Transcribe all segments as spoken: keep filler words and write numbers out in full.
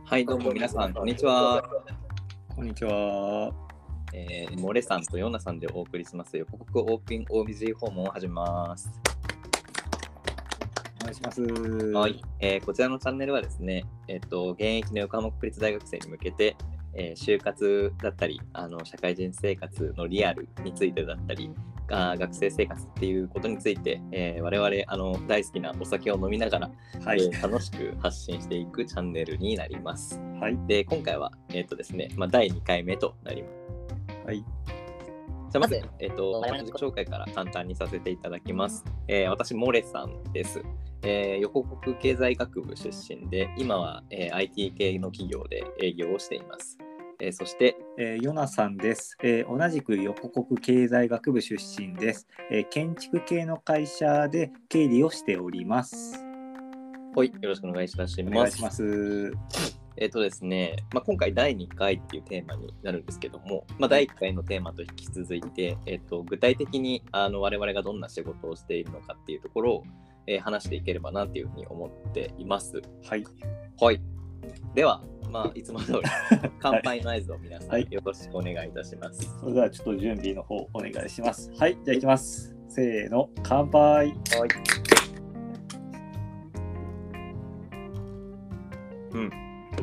はい、どうも皆さん、こんにちは。 こんにちは。 えー、モレさんとヨナさんでお送りします横国オープン オービージー 訪問を始めます。 お願いします。 はい、えー、こちらのチャンネルはですね、えっと、現役の横浜国立大学生に向けて、えー、就活だったり、あの社会人生活のリアルについてだったり、あ学生生活っていうことについて、えー、我々あの大好きなお酒を飲みながら、はいえー、楽しく発信していくチャンネルになります。はい、で今回は、えーとですねまあ、だいにかいめとなります。はい、じゃあまず、えーと、自己紹介から簡単にさせていただきます。えー、私、モレさんです。えー、横国経済学部出身で、今は、えー、アイティー 系の企業で営業をしています。えー、そして、 えー、ヨナさんです、えー。同じく横国経済学部出身です、えー。建築系の会社で経理をしております。 はい、よろしくお願いします。 お願いします。 えっとですね、まあ、今回だいにかいっていうテーマになるんですけども、まあ、だいいっかいのテーマと引き続いて、えっと、具体的にあの我々がどんな仕事をしているのかっていうところを、えー、話していければなっていうふうに思っています。はい。はい。では、まあ、いつも通り乾杯の合図を皆さんよろしくお願いいたします。はい、 それではちょっと準備の方お願いします。はい、じゃあいきます。せーの、乾杯。はい。 うん。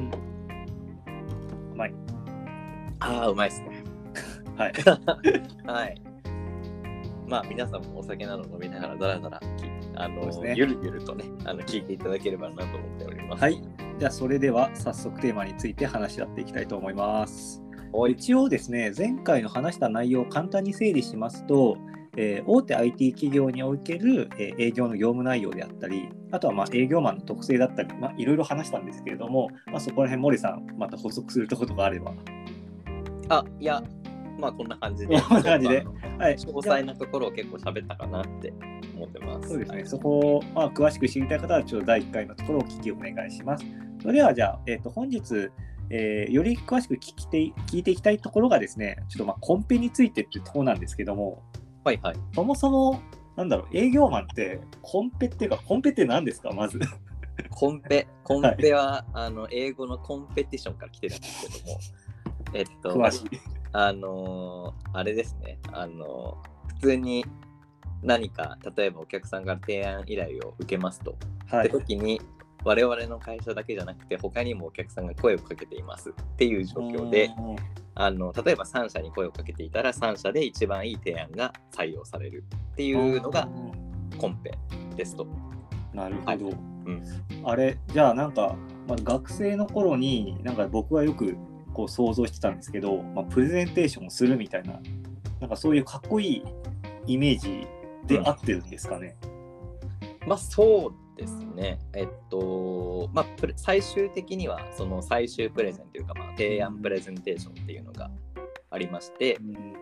うまい。 ああ、うまいですね。 はい。 はい。まあ、皆さんもお酒など飲みながらだらだら、あの、ね、ゆるゆるとね、あの聞いていただければなと思っております。 はい。じゃあ、それでは早速テーマについて話し合っていきたいと思います。一応ですね、前回の話した内容を簡単に整理しますと、えー、大手 アイティー 企業における、えー、営業の業務内容であったり、あとはまあ営業マンの特性だったり、まあ、いろいろ話したんですけれども、まあ、そこら辺、森さん、また補足するところがあれば。 あ、いや、まあこんな感じで、 こんな感じで、 はい、詳細なところを結構喋ったかなって思ってます。 そうですね、はい、そこを、まあ、詳しく知りたい方は、ちょっとだいいっかいのところをお聞きお願いします。それでは、じゃあ、えーと、本日、えー、より詳しく聞きて聞いていきたいところがですね、ちょっとまあコンペについてっていうところなんですけども、 はいはい。 そもそも、なんだろう、営業マンって、コンペっていうか、コンペって何ですか、まず。 コンペ、コンペは、はい、あの英語のコンペティションから来てるんですけども、えっと、 詳しい。 あのー、あれですね、あのー、普通に何か、例えばお客さんから提案依頼を受けますと、はい、って時に、我々の会社だけじゃなくて他にもお客さんが声をかけていますっていう状況で、あの例えばさん社に声をかけていたらさん社で一番いい提案が採用されるっていうのがコンペですと。 なるほど、はい、うん、あれじゃあなんか、まあ、学生の頃になんか僕はよくこう想像してたんですけど、まあ、プレゼンテーションをするみたいな、なんかそういうかっこいいイメージで合ってるんですかね。 うん、まあそうですね。えっと、まあ、最終的にはその最終プレゼンというか、まあ、提案プレゼンテーションっていうのがありまして、うん、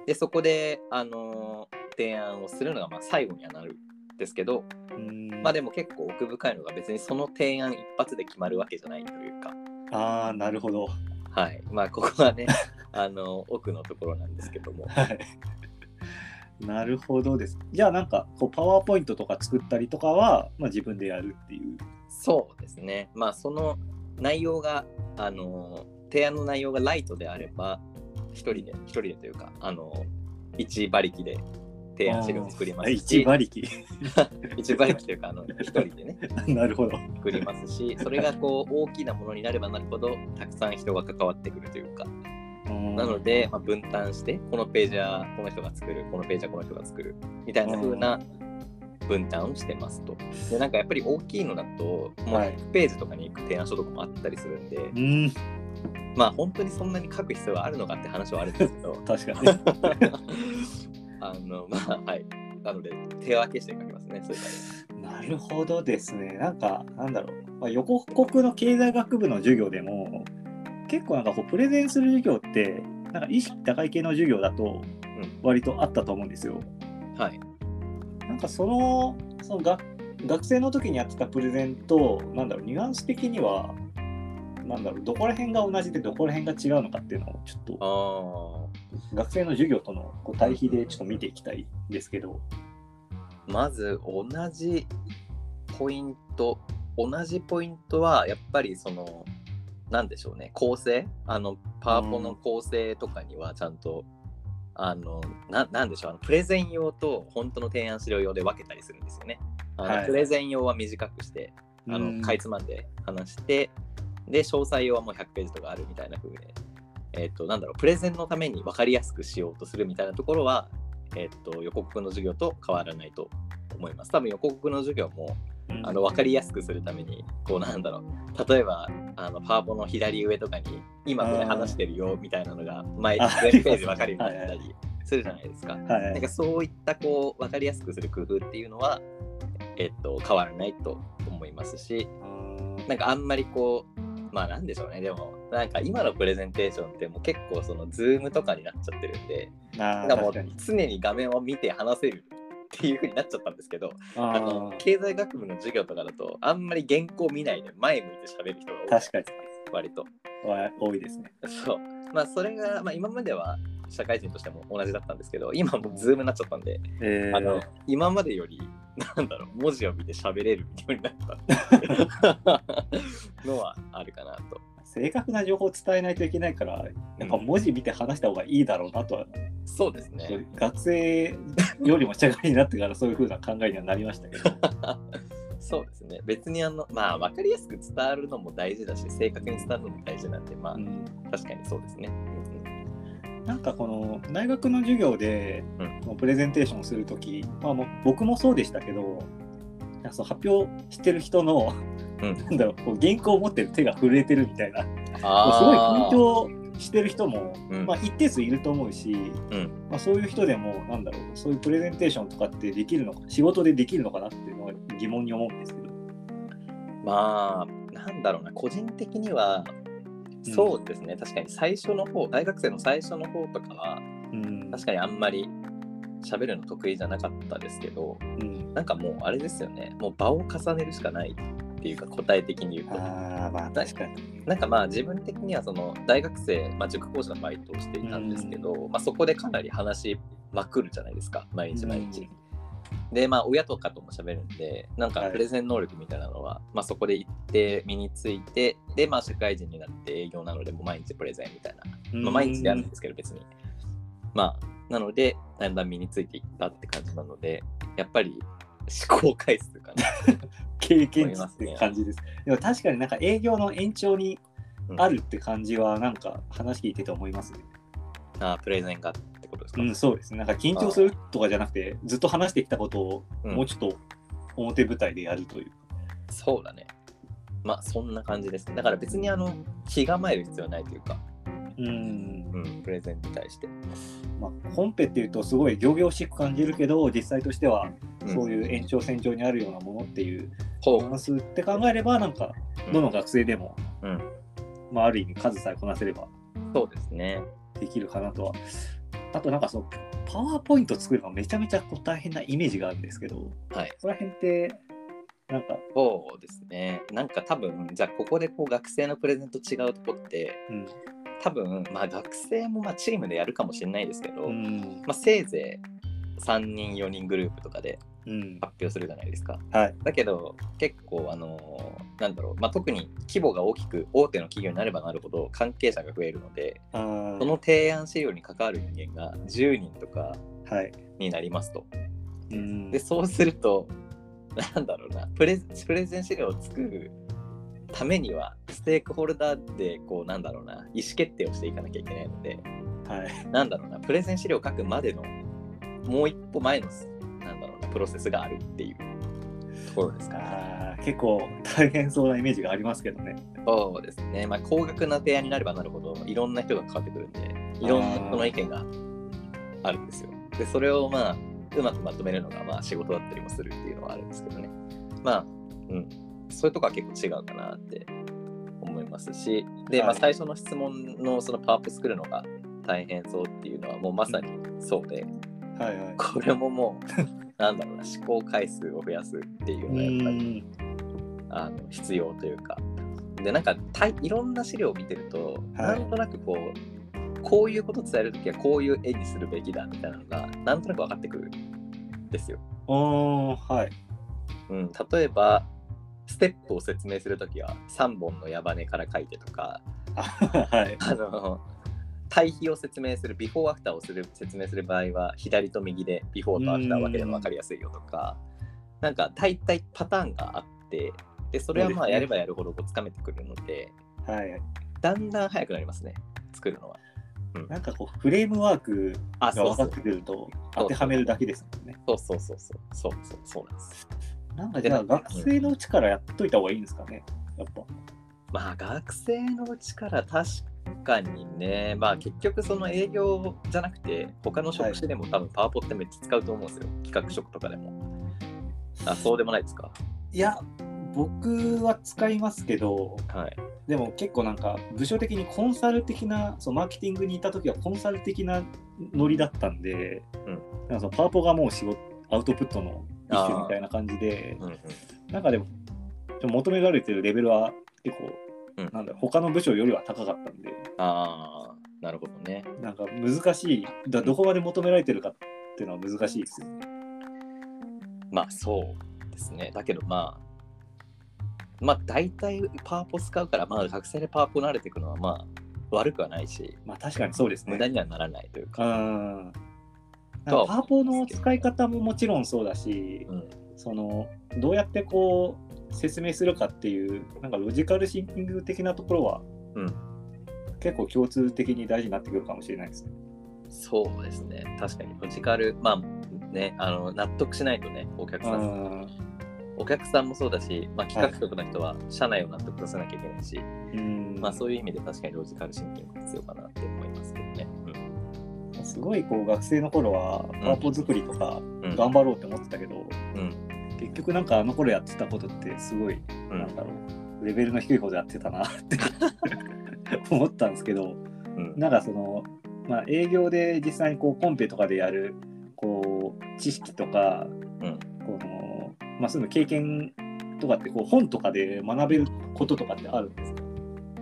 でそこで、あの提案をするのがまあ最後にはなるんですけど、うん、まあでも結構奥深いのが別にその提案一発で決まるわけじゃないというか。 ああ、なるほど。 はい。まあここはね、あの奥のところなんですけども。 はい。なるほどです。じゃあなんかこうパワーポイントとか作ったりとかは、まあ、自分でやるっていう。 そうですね。まあその内容があの提案の内容がライトであれば一人で一人でというかあの一馬力で提案資料を作りますし、 一馬力一馬力というかあの一人でねなるほど作りますし、それがこう大きなものになればなるほどたくさん人が関わってくるというか。なので、まあ、分担してこのページはこの人が作るこのページはこの人が作るみたいな風な分担をしてますと。でなんかやっぱり大きいのだともうひゃくページとかに行く提案書とかもあったりするんで、はい、うんまあ本当にそんなに書く必要があるのかって話はあるんですけど確かにあのまあはいなので手分けして書きますね。そういうなるほどですね。なんかなんだろう、まあ、横国の経済学部の授業でも結構なんかこうプレゼンする授業ってなんか意識高い系の授業だと割とあったと思うんですよ。 うん、はい。 なんかそのその 学, 学生の時にやってたプレゼンとなんだろうニュアンス的にはなんだろうどこら辺が同じでどこら辺が違うのかっていうのをちょっとあ学生の授業とのこう対比でちょっと見ていきたいんですけど、 まず同じポイント同じポイントはやっぱりそのなんでしょうね、構成、あのパワポの構成とかにはちゃんと、あの な, なんでしょうあのプレゼン用と本当の提案資料用で分けたりするんですよね。あの、はい、プレゼン用は短くしてあのかいつまんで話して、で詳細用はもうひゃくページとかあるみたいな風で、えー、となんだろうプレゼンのために分かりやすくしようとするみたいなところは、えー、と予告の授業と変わらないと思います。多分予告の授業もあの分かりやすくするためにこうなんだろう例えばあのパワポの左上とかに今これ話してるよみたいなのが毎ウェブページ分かるようになったりするじゃないですか。はいはい、なんかそういったこう分かりやすくする工夫っていうのは、えっと、変わらないと思いますし、なんかあんまりこうまあなんでしょうね、でもなんか今のプレゼンテーションってもう結構そのズームとかになっちゃってるんで、なんかもう常に画面を見て話せるっていう風になっちゃったんですけど、あの経済学部の授業とかだとあんまり原稿見ないで前向いて喋る人が多い。確かに割と多いですね。 そう、まあそれが、まあ、今までは社会人としても同じだったんですけど、今もズームになっちゃったんで、えー、あの今までよりなんだろう文字を見て喋れるようになったのはあるかなと。 正確な情報を伝えないといけないからやっぱ文字見て話した方がいいだろうなとは、うん、 そうですね。 学生よりも社会になってからそういう風な考えにはなりましたけどそうですね。別にあのまあ分かりやすく伝わるのも大事だし正確に伝わるのも大事なんで、まあ、うん、確かにそうですね。 うん、なんかこの大学の授業で、うん、プレゼンテーションをするとき、まあ、も僕もそうでしたけど、そう発表してる人の、うん、なんだろうこう原稿を持ってる手が震えてるみたいな、あすごい緊張してる人も、うんまあ、一定数いると思うし、うんまあ、そういう人でもなんだろうそういうプレゼンテーションとかってできるのか仕事でできるのかなっていうのは疑問に思うんですけど。 まあなんだろうな個人的にはそうですね、うん、確かに最初の方大学生の最初の方とかは、うん、確かにあんまり喋るの得意じゃなかったですけど、うん、なんかもうあれですよね、もう場を重ねるしかないっていうか答え的に言うと、 あまあ確かになんかまあ自分的にはその大学生、まあ、塾講師のバイトをしていたんですけど、うんまあ、そこでかなり話しまくるじゃないですか毎日毎日、うん、でまあ親とかとも喋るんでなんかプレゼン能力みたいなのは、はいまあ、そこで行って身についてでまあ社会人になって営業なのでもう毎日プレゼンみたいな、まあ、毎日やるんですけど別にまあなのでだんだん身についていったって感じなのでやっぱり思考回数かな経験値って感じです。でも確かになんか営業の延長にあるって感じはなんか話聞いてて思いますね。 うん、あプレゼンがってことですか。 うんそうですね。なんか緊張するとかじゃなくてずっと話してきたことをもうちょっと表舞台でやるという、 うん、そうだね。まあそんな感じです。だから別にあの気構える必要はないというかうん、うん、プレゼンに対して、 まあ、コンペっていうとすごい仰々しく感じるけど実際としてはそういう延長線上にあるようなものっていうバランスって考えればなんかどの学生でも、うんまあ、ある意味数さえこなせればそうですねできるかなとは。あとなんかそのパワーポイント作るのがめちゃめちゃこう大変なイメージがあるんですけど、はい、そこら辺ってなんかそうですねなんか多分じゃあここでこう学生のプレゼンと違うところって、うん多分、まあ、学生もまあチームでやるかもしれないですけど、うんまあ、せいぜいさんにんよにんグループとかで発表するじゃないですか、うんはい、だけど結構あのなんだろう、まあ、特に規模が大きく大手の企業になればなるほど関係者が増えるのでその提案資料に関わる人間がじゅうにんとかになりますと、はい、でそうするとなんだろうなプレ、プレゼン資料を作るためにはステークホルダーでこうなんだろうな意思決定をしていかなきゃいけないので、はい、なんだろうなプレゼン資料を書くまでのもう一歩前のなんだろうなプロセスがあるっていうところですか、ね、 あ結構大変そうなイメージがありますけどね。 そうですね、まあ、高額な提案になればなるほどいろんな人が関わってくるんでいろんな人の意見があるんですよ。でそれをまあうまくまとめるのがまあ仕事だったりもするっていうのはあるんですけどねまあうんそういうとこは結構違うかなって思いますしで、はいまあ、最初の質問のそのパワーアップ作るのが大変そうっていうのはもうまさにそうで、はいはい、これももうなんだろうな思考回数を増やすっていうのがやっぱりあの必要というかでなんかいろんな資料を見てると、はい、なんとなくこうこういうことを伝えるときはこういう絵にするべきだみたいなのがなんとなく分かってくるんですよ。 おーはい、 うん、例えばステップを説明するときはさんぼんの矢羽から書いてとか、 はい、 あの対比を説明するビフォーアフターをする説明する場合は左と右でビフォーとアフター分けるの分かりやすいよとか、なんか大体パターンがあって、でそれはまあやればやるほどこうつかめてくるので、 はい、 だんだん早くなりますね、作るのは。 うん、なんかこうフレームワークが分かってくると当てはめるだけですもんね。 そうそうそうそうそうそうそうなんです。 なんかじゃあ学生のうちからやっといた方がいいんですかね、やっぱ。 まあ学生のうちから確かにね、まあ結局その営業じゃなくて他の職種でも多分パワポってめっちゃ使うと思うんですよ、企画職とかでも。あ、そうでもないですか？ いや、僕は使いますけど、 はい、 でも結構なんか部署的にコンサル的な、そうマーケティングにいた時はコンサル的なノリだったんで、うん、なんかそのパワポがもう仕事アウトプットの一種みたいな感じで、うんうん、なんかでも求められてるレベルは結構、うん、なんだろう、他の部署よりは高かったんで、 ああ、なるほどね。 なんか難しい、だどこまで求められてるかっていうのは難しいですよね。 まあそうですね。だけどまあまあ大体パワポ使うから、まあ学生でパワポ慣れていくのはまあ悪くはないし、 まあ確かにそうですね。 無駄にはならないというか。 うんパワポの使い方ももちろんそうだし、うん、そのどうやってこう説明するかっていうなんかロジカルシンキング的なところは、うん、結構共通的に大事になってくるかもしれないですね。 そうですね。確かにロジカル、まあね、あの納得しないとね、お客さんお客さんもそうだし、まあ、企画職の人は社内を納得させなきゃいけないし、はい、まあ、そういう意味で確かにロジカルシンキングが必要かなって思いますけどね。 うん、すごいこう学生の頃はパワポ作りとか頑張ろうって思ってたけど、うんうん、結局なんかあの頃やってたことってすごい、うん、なんだろうレベルの低いことやってたなって思ったんですけど、うん、なんかその、まあ、営業で実際にこうコンペとかでやるこう知識とか、うん、このまあ、そういうの経験とかってこう本とかで学べることとかってあるんですか？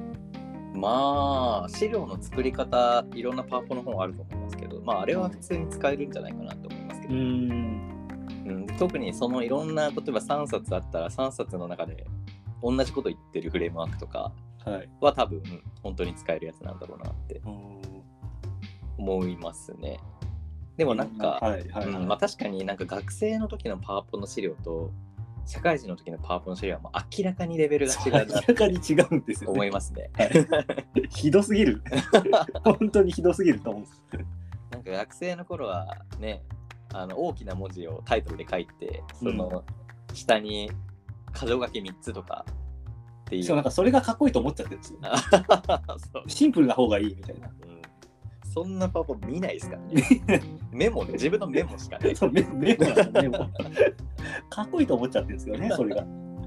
まあ資料の作り方いろんなパワポの本あると思いますけど、まあ、あれは普通に使えるんじゃないかなと思いますけど、うんうん、特にそのいろんな例えばさんさつあったらさんさつの中で同じこと言ってるフレームワークとかは多分本当に使えるやつなんだろうなって思いますね。でもなんか、はいはいはいうんまあ、確かになんか学生の時のパワポの資料と社会人の時のパワポの資料はもう明らかにレベルが違うなって明らかに違うんですよ、ね、 思いますね。 ひどすぎる本当にひどすぎると思う。 なんか学生の頃はね、あの大きな文字をタイトルで書いてその下に箇条書きみっつとかっていう、 そうなんかそれがかっこいいと思っちゃってるんですよシンプルな方がいいみたいな、うんそんなパワポ見ないですからね。メモね、自分のメモしかね。 そうメメモなんだメモ。かっこいいと思っちゃってるんですよね、それが。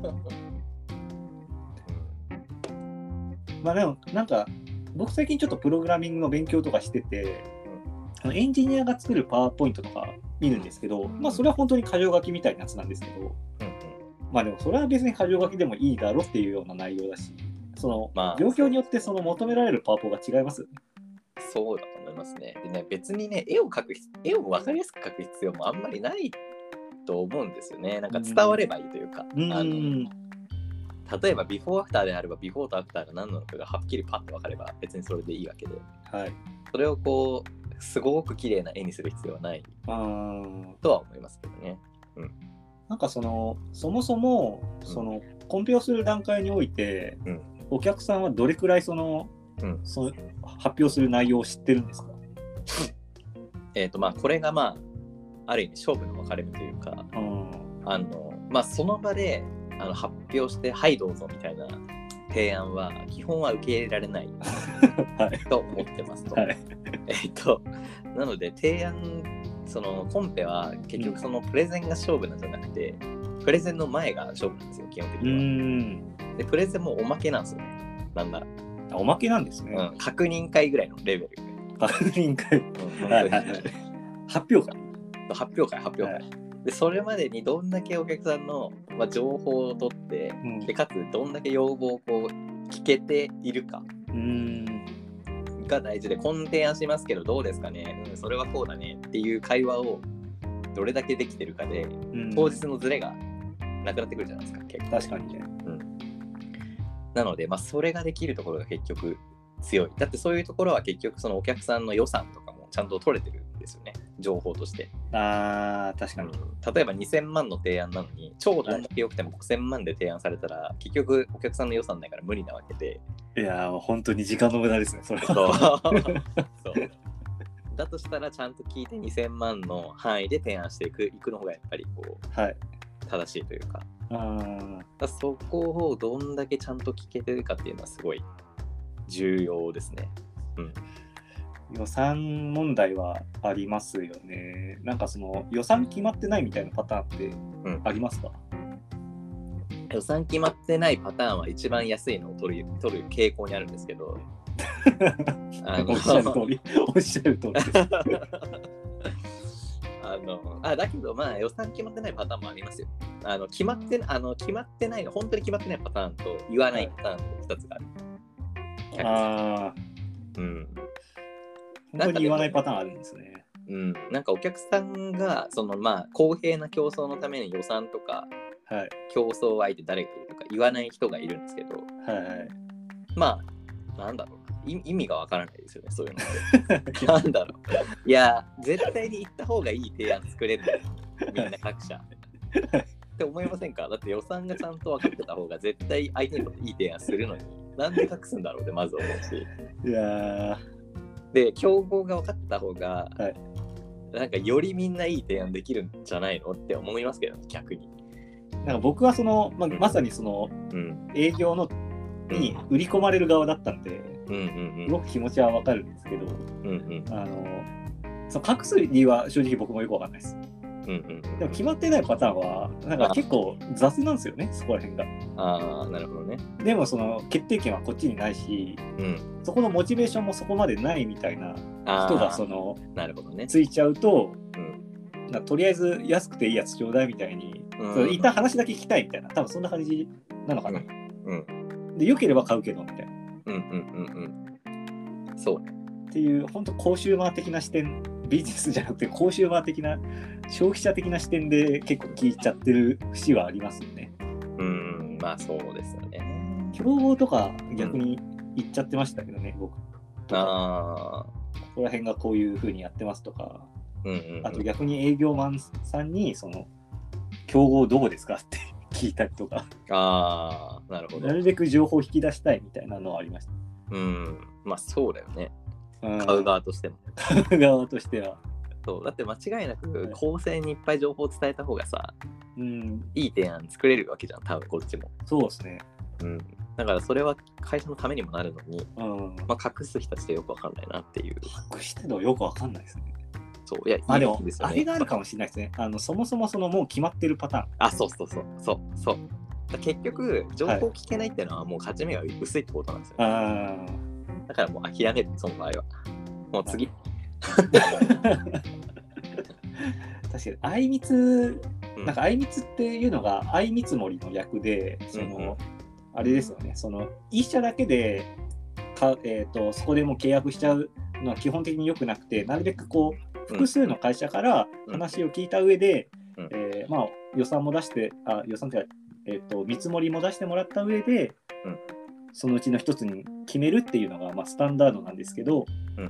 まあでもなんか僕最近ちょっとプログラミングの勉強とかしてて、うん、エンジニアが作るパワーポイントとか見るんですけど、まあそれは本当に箇条書きみたいなやつなんですけど、うんうん、まあでもそれは別に箇条書きでもいいだろっていうような内容だし、その、まあ、状況によってその求められるパワポが違いますよね。 そうだと思いますね。でね、別にね、絵を描く、絵を分かりやすく描く必要もあんまりないと思うんですよね。なんか伝わればいいというか、うん、あの例えばビフォーアフターであれば、ビフォーとアフターが何なのかがはっきりパッと分かれば、別にそれでいいわけで、はい、それをこう、すごく綺麗な絵にする必要はないとは思いますけどね。うん、 なんかその、そもそも、その、コンペをする段階において、うん、お客さんはどれくらいその、うん、その発表する内容を知ってるんですか？ えっとまあこれがまあある意味勝負の分かれ目というか、うん、あのまあその場であの発表してはいどうぞみたいな提案は基本は受け入れられない、はい、と思ってますと。はい、えっとなので提案そのコンペは結局そのプレゼンが勝負なんじゃなくて、うん、プレゼンの前が勝負なんですよ基本的には。うんでプレゼンもおまけなんですよね。なんなら。 おまけなんですね、 うん、確認会ぐらいのレベル。 確認会、うんはいはいはい、発表会発表会発表会、はい、でそれまでにどんだけお客さんの、まあ、情報を取って、うん、でかつどんだけ要望をこう聞けているかうーんが大事で、こんな提案しますけどどうですかね、うん、それはこうだねっていう会話をどれだけできてるかで、うん、当日のズレがなくなってくるじゃないですか、結構。 確かにね。 うん、なので、まあ、それができるところが結局強い。だってそういうところは結局そのお客さんの予算とかもちゃんと取れてるんですよね、情報として。 あー、確かに。 うん、例えばにせんまんの提案なのに、超どんだけ良くてもごせんまんで提案されたら、はい、結局お客さんの予算ないから無理なわけで。 いやー、本当に時間の無駄ですね、それは。 そうそうだとしたらちゃんと聞いてにせんまんの範囲で提案していく、いくの方がやっぱりこう、はい、正しいというか。 あだそこをどんだけちゃんと聞けてるかっていうのはすごい重要ですね。うん、 予算問題はありますよね。なんかその予算決まってないみたいなパターンってありますか？うん、 予算決まってないパターンは一番安いのを取る、取る傾向にあるんですけどあのおっしゃる通りおっしゃる通りですあのあだけどまあ予算決まってないパターンもありますよ。あの決まってあの決まってない本当に決まってないパターンと言わないパターンとふたつがある。 ああ、うん。本当に言わないパターンあるんですね。 うん、なんかお客さんがそのまあ公平な競争のために予算とか、はい、競争相手誰がいるとか言わない人がいるんですけど、はいはい、まあなんだろう意味がわからないですよね、そういうのってなんだろういや絶対に言った方がいい提案作れるみんな各社って思いませんか？だって予算がちゃんと分かってた方が絶対相手にとっていい提案するのになんで隠すんだろうってまず思うし、 いやで競合が分かってた方が、はい、なんかよりみんないい提案できるんじゃないのって思いますけど、逆に。 なんか僕はその、まあ、まさにその、うん、営業のに売り込まれる側だったんで、うんうんうん、すごく気持ちはわかるんですけど、うんうん、あのその隠す理由は正直僕もよくわかんないです。うんうん、でも決まってないパターンはなんか結構雑なんですよね、そこら辺が。 ああ、なるほどね。 でもその決定権はこっちにないし、うん、そこのモチベーションもそこまでないみたいな人がそのなるほどね、 ついちゃうと、うん、なとりあえず安くていいやつちょうだいみたいに、うん、その一旦話だけ聞きたいみたいな、多分そんな感じなのかな。うんうん、で良ければ買うけどみたいな。うんうんうんうん。そうね。 っていう本当コンシューマー的な視点、ビジネスじゃなくてコンシューマー的な消費者的な視点で結構聞いちゃってる節はありますよね。 うん、まあそうですよね。 競合とか逆に言っちゃってましたけどね、うん、僕。ああ。ここら辺がこういう風にやってますとか、うんうんうん、あと逆に営業マンさんにその競合どこですかって聞いたりとか。 ああ、なるほど。 なるべく情報を引き出したいみたいなのはありました。 うん、まあそうだよね。買う側としても。 買う側としては。 そうだって間違いなく公正にいっぱい情報を伝えた方がさ、うん、いい提案作れるわけじゃん、多分こっちも。 そうですね。 うん、だからそれは会社のためにもなるのに、うんまあ、隠す人たちってよくわかんないなっていう。 隠してるのよくわかんないですね。 そういや、 あ、でもあれがあるかもしれないですね。あのそもそもそのもう決まってるパターン。 あ、そうそうそうそうそう。結局情報聞けないっていうのはもう勝ち目が薄いってことなんですよ、ね。はい、だからもう諦める、その場合は。もう次。 確かにあいみつ、なんかあいみつっていうのがあいみつもりの略で、その、うんうん、あれですよね、その一社だけでか、えーと、そこでもう契約しちゃうのは基本的に良くなくて、なるべくこう複数の会社から話を聞いた上で、うんえーまあ、予算も出してあ予算というか、えーと、見積もりも出してもらった上で、うんそのうちの一つに決めるっていうのがまあスタンダードなんですけど、うんうん、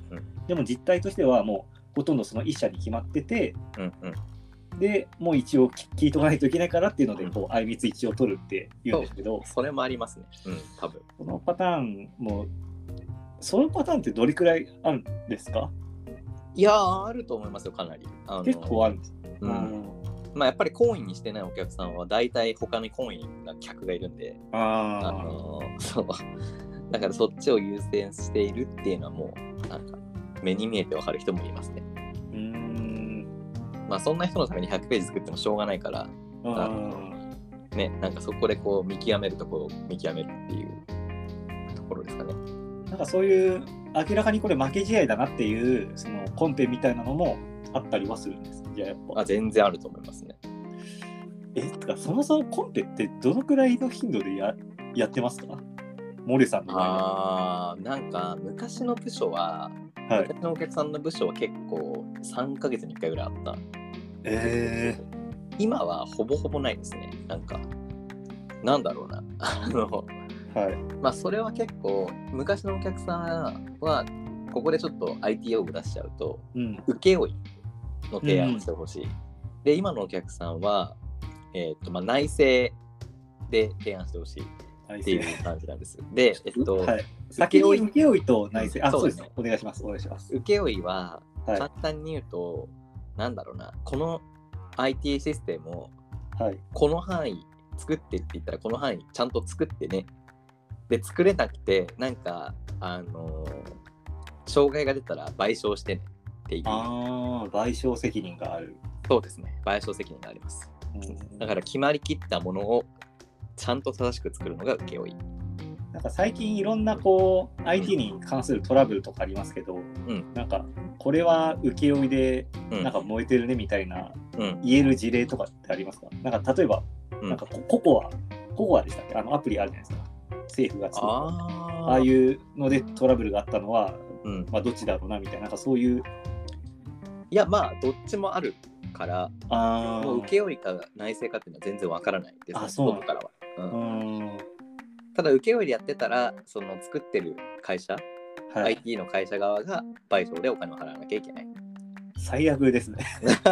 でも実態としてはもうほとんどその一社に決まってて、うんうん、でもう一応聞いとかないといけないからっていうのでこうあいみつ一応取るって言うんですけど、 そ, それもありますね、うん、多分このパターンもそのパターンってどれくらいあるんですか？ いやーあると思いますよ、かなり。 あの結構あるんです、うんうんまあ、やっぱりコインにしてないお客さんは大体他にコインな客がいるんで、ああのー、そうだからそっちを優先しているっていうのはもうなんか目に見えてわかる人もいますね。うーんまあそんな人のためにひゃくページ作ってもしょうがないから、あのね、なんかそこでこう見極めるところを見極めるっていうところですかね。 なんかそういう明らかにこれ負け試合だなっていうそのコンペみたいなのもあったりはするんです。じゃあやっぱあ全然あると思いますね。 えっかそもそもコンペってどのくらいの頻度で や, やってますか？モレさんの場合は。 あなんか昔の部署は、はい、昔のお客さんの部署は結構さんかげつにいっかいぐらいあった。 え今はほぼほぼないですね。なんかなんだろうなあの、 はい、 まあそれは結構昔のお客さんはここでちょっと アイティー 用語出しちゃうと、うん、請負の提案をしてほしい、うん、で今のお客さんは、えーとまあ、内製で提案してほしいっていう感じなんです。で、えっと、はい、 先に請負と内製、うん、あ、そうですね。お願いします。お願いします。 請負は簡単に言うと、はい、なんだろうな、この アイティー システムをこの範囲作ってって言ったらこの範囲ちゃんと作ってね。で、作れなくてなんかあのー、障害が出たら賠償してねっていう。 ああ、賠償責任がある。 そうですね。賠償責任があります。だから決まりきったものをちゃんと正しく作るのが請負。 なんか最近いろんなこう アイティー に関するトラブルとかありますけど、うん、なんかこれは請負でなんか燃えてるねみたいな言える事例とかってありますか？なんか例えば、うん、なんかココアココアでしたっけ、あのアプリあるじゃないですか、政府が作る あ, ああいうのでトラブルがあったのは、うん、まあどっちだろうなみたいな、なんかそういう。 いやまあどっちもあるから、あもう請負か内製かっていうのは全然わからないです、ね、あそう外からは、うん、ただ請負でやってたらその作ってる会社、はい、アイティー の会社側が賠償でお金を払わなきゃいけない。 最悪ですね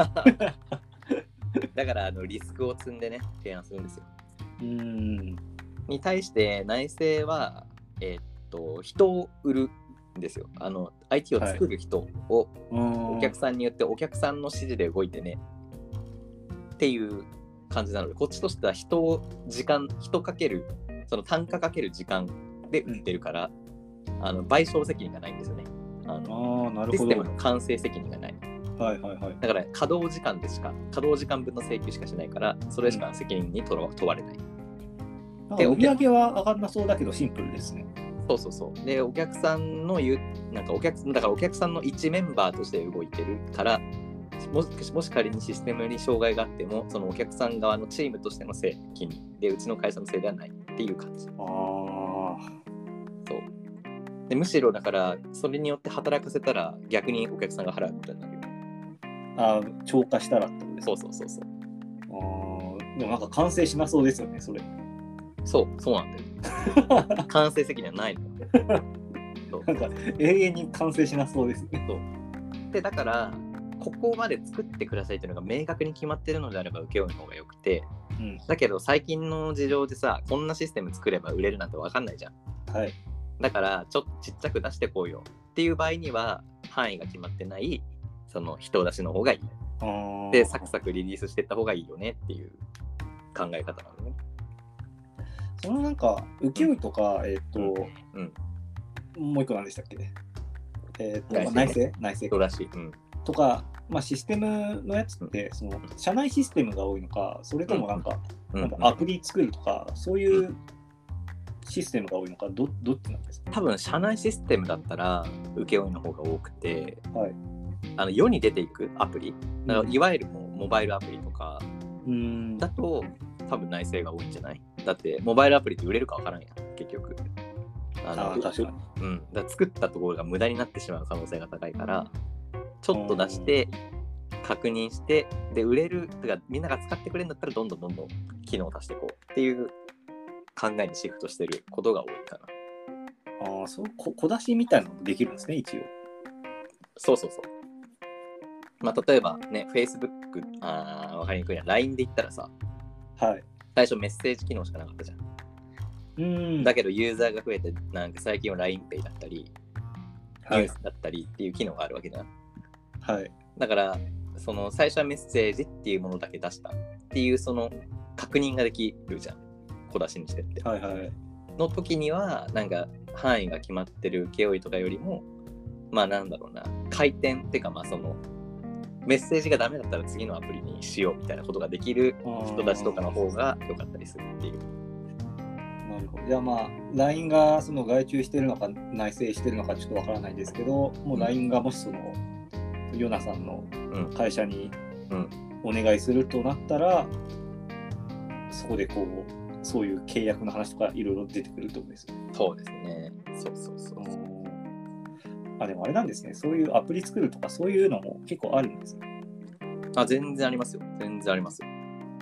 だからあのリスクを積んでね提案するんですよ。うーんに対して内製は、えー、っと人を売るんですよ。あの アイティー を作る人をお客さんによってお客さんの指示で動いてねっていう感じなので、こっちとしては人を時間人かけるその単価かける時間で売ってるから、うん、あの賠償責任がないんですよね。あのあなるほど、システムの完成責任がない。はいはいはい、だから稼働時間でしか稼働時間分の請求しかしないからそれしか責任に問われない。 なんか売り上げは上がんなそうだけどシンプルですね。 そうそうそう。でお客さんの言うなんかお客だからお客さんの一メンバーとして動いてるから、もしもし仮にシステムに障害があってもそのお客さん側のチームとしての責任でうちの会社のせいではないっていう感じ。ああ。そうでむしろだからそれによって働かせたら逆にお客さんが払うことになるよ。 ああ、超過したらってことですか？ そうそうそうそう。 ああ、でもなんか完成しなそうですよね、それ。 そう、そうなんだよ。完成責任はないの。 なんか永遠に完成しなそうですね。 そうでだからここまで作ってくださいというのが明確に決まっているのであれば請負の方がよくて、うん、だけど最近の事情でさこんなシステム作れば売れるなんて分かんないじゃん。はい。だからちょっとちっちゃく出してこうよっていう場合には範囲が決まってないその人出しの方がいい。でサクサクリリースしていった方がいいよねっていう考え方なのね。 そのなんか請負とか、うん、えっ、ー、と、うんうん、もう一個何でしたっけ？えー、と内製内製らしい、うん、 とか、まあ、システムのやつって、うん、その社内システムが多いのかそれともなんか、うん、なんかアプリ作るとか、うん、そういうシステムが多いのか ど, どっちなんですか？ 多分社内システムだったら請負の方が多くて、はい、あの世に出ていくアプリだからいわゆるもうモバイルアプリとかだと多分内製が多いんじゃない？だってモバイルアプリって売れるかわからんやん結局。あのあ確かに、うん、だから作ったところが無駄になってしまう可能性が高いからちょっと出して確認してで売れるとかみんなが使ってくれるんだったらどんどんどんどん機能を足していこうっていう考えにシフトしてることが多いかな。ああ、そうこ小出しみたいなのもできるんですね一応。 そうそうそう。まあ例えばね Facebook あわかりにくいな ライン で言ったらさ、はい、最初メッセージ機能しかなかったじゃん。うんだけどユーザーが増えてなんか最近は ラインペイ だったり、はい、ニュースだったりっていう機能があるわけじゃん。はい。だからその最初はメッセージっていうものだけ出したっていうその確認ができるじゃん小出しにしてって。はいはい。の時にはなんか範囲が決まってる請負とかよりもまあなんだろうな回転っていうかまあそのメッセージがダメだったら次のアプリにしようみたいなことができる人たちとかの方が良かったりするっていう。 なるほど。じゃあまあ ライン がその外注してるのか内製してるのかちょっとわからないですけど、もう ライン がもしそのヨナさんの会社にお願いするとなったら、うんうん、そこでこうそういう契約の話とかいろいろ出てくるってことですよね。 そうですね。そうそうそう。 あでもあれなんですね。そういうアプリ作るとかそういうのも結構あるんですね。 あ全然ありますよ。全然ありますよ。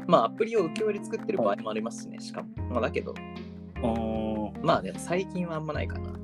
まあアプリを請負で作ってる場合もありますしね、しかも。まあだけど、まあでも最近はあんまないかな。うん。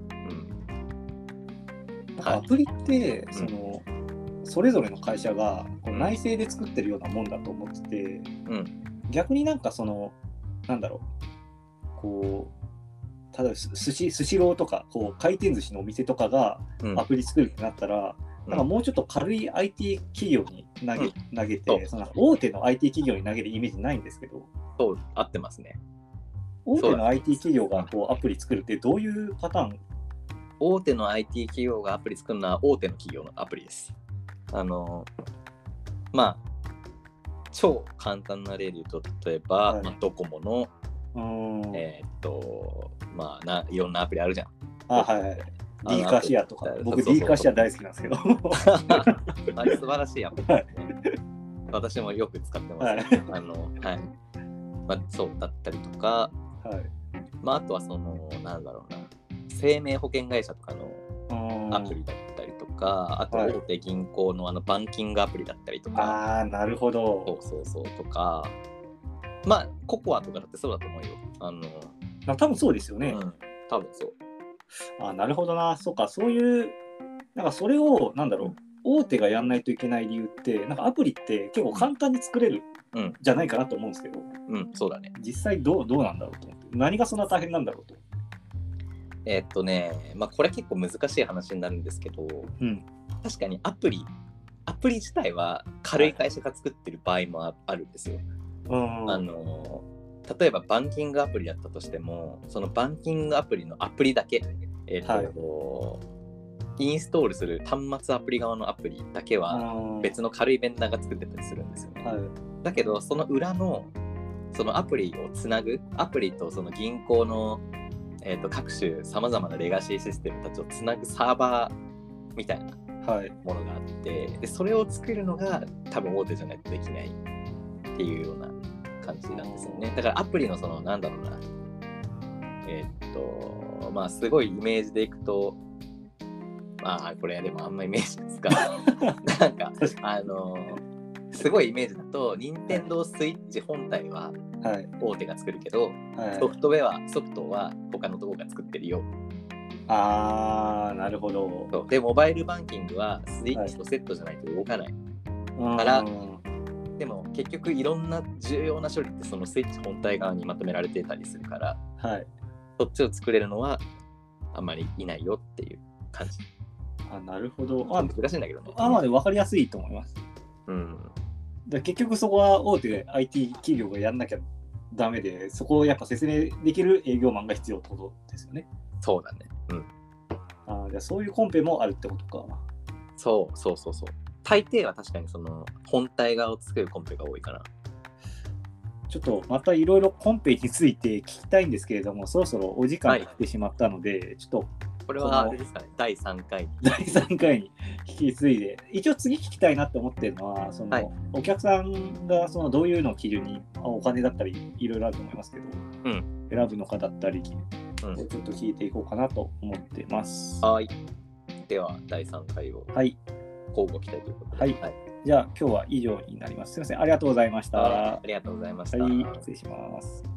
なんかアプリって、はい、その、うん、それぞれの会社がこう内製で作ってるようなもんだと思ってて、うん、逆になんかその、なんだろう、こう、例えば寿司、スシローとかこう回転寿司のお店とかがアプリ作るってなったら、うん、なんかもうちょっと軽い アイティー 企業に投げ、うん、投げて、その大手の アイティー 企業に投げるイメージないんですけど。 そう、合ってますね。 大手の アイティー 企業がこうアプリ作るってどういうパターン？ 大手の アイティー 企業がアプリ作るのは大手の企業のアプリです。あの、まあ、超簡単な例で言うと、例えば、はい、まあ、ドコモの、えー、っと、まあな、いろんなアプリあるじゃん。 あ、はいはい。D カシアとか、僕 D カシア大好きなんですけど。 あれ素晴らしいアプリですね。はい、私もよく使ってます、ね。はい、あの、はい。まあ、そうだったりとか、はい、まあ、あとはそのなんだろうな生命保険会社とかのアプリだったりとか、あと大手銀行のあのバンキングアプリだったりとか、 ああなるほど、 そうそうそうとか、まあココアとかだってそうだと思うよ。あのあ多分そうですよね。 うん、多分そう。 あなるほどな、そうか、そういうなんかそれをなんだろう、大手がやんないといけない理由ってなんかアプリって結構簡単に作れる。うん、じゃないかなと思うんですけど、 うん、そうだね。 実際どうどうなんだろうと思って、何がそんな大変なんだろうと。 えー、っとね、まあこれ結構難しい話になるんですけど、うん、確かにアプリ、アプリ自体は軽い会社が作ってる場合も あ, あるんですよ。うん、あの例えばバンキングアプリだったとしても、そのバンキングアプリのアプリだけ、えーっとはいインストールする端末アプリ側のアプリだけは別の軽いベンダーが作ってたりするんですよね。はい、だけどその裏のそのアプリをつなぐアプリとその銀行の、えー、と各種さまざまなレガシーシステムたちをつなぐサーバーみたいなものがあって、はい、でそれを作るのが多分大手じゃないとできないっていうような感じなんですよね。だからアプリのそのなんだろうなえっ、ー、とまあすごいイメージでいくとまあこれでもあんまイメージですかなんかあのすごいイメージだと任天堂スイッチ本体は大手が作るけど、はい、ソフトウェアソフトは他のところが作ってるよ。 あーなるほど。 そうでモバイルバンキングはスイッチとセットじゃないと動かない、はい、からでも結局いろんな重要な処理ってそのスイッチ本体側にまとめられてたりするから、はい、そっちを作れるのはあんまりいないよっていう感じ。 あなるほど。 あ難しいんだけどね。 あまあで分かりやすいと思います。うん。だ結局そこは大手 アイティー 企業がやんなきゃダメで、そこをやっぱ説明できる営業マンが必要ってことですよね。 そうだね。うん。 あじゃあそういうコンペもあるってことか。 そうそうそうそう。大抵は確かにその本体側を作るコンペが多いかな。 ちょっとまたいろいろコンペについて聞きたいんですけれども、そろそろお時間が来てしまったので、はい、ちょっと。 これはあれですかね、だいさんかいに。 だいさんかいに引き継いで、一応次聞きたいなって思ってるのは、その、はい、お客さんがそのどういうのを基準に、お金だったりいろいろあると思いますけど、うん、選ぶのかだったり、うん、ちょっと聞いていこうかなと思ってます。 はい。では、だいさんかいを交互期待ということで。 はい。はい、じゃあ、今日は以上になります。すみません、ありがとうございました。 ありがとうございました。 はい、失礼します。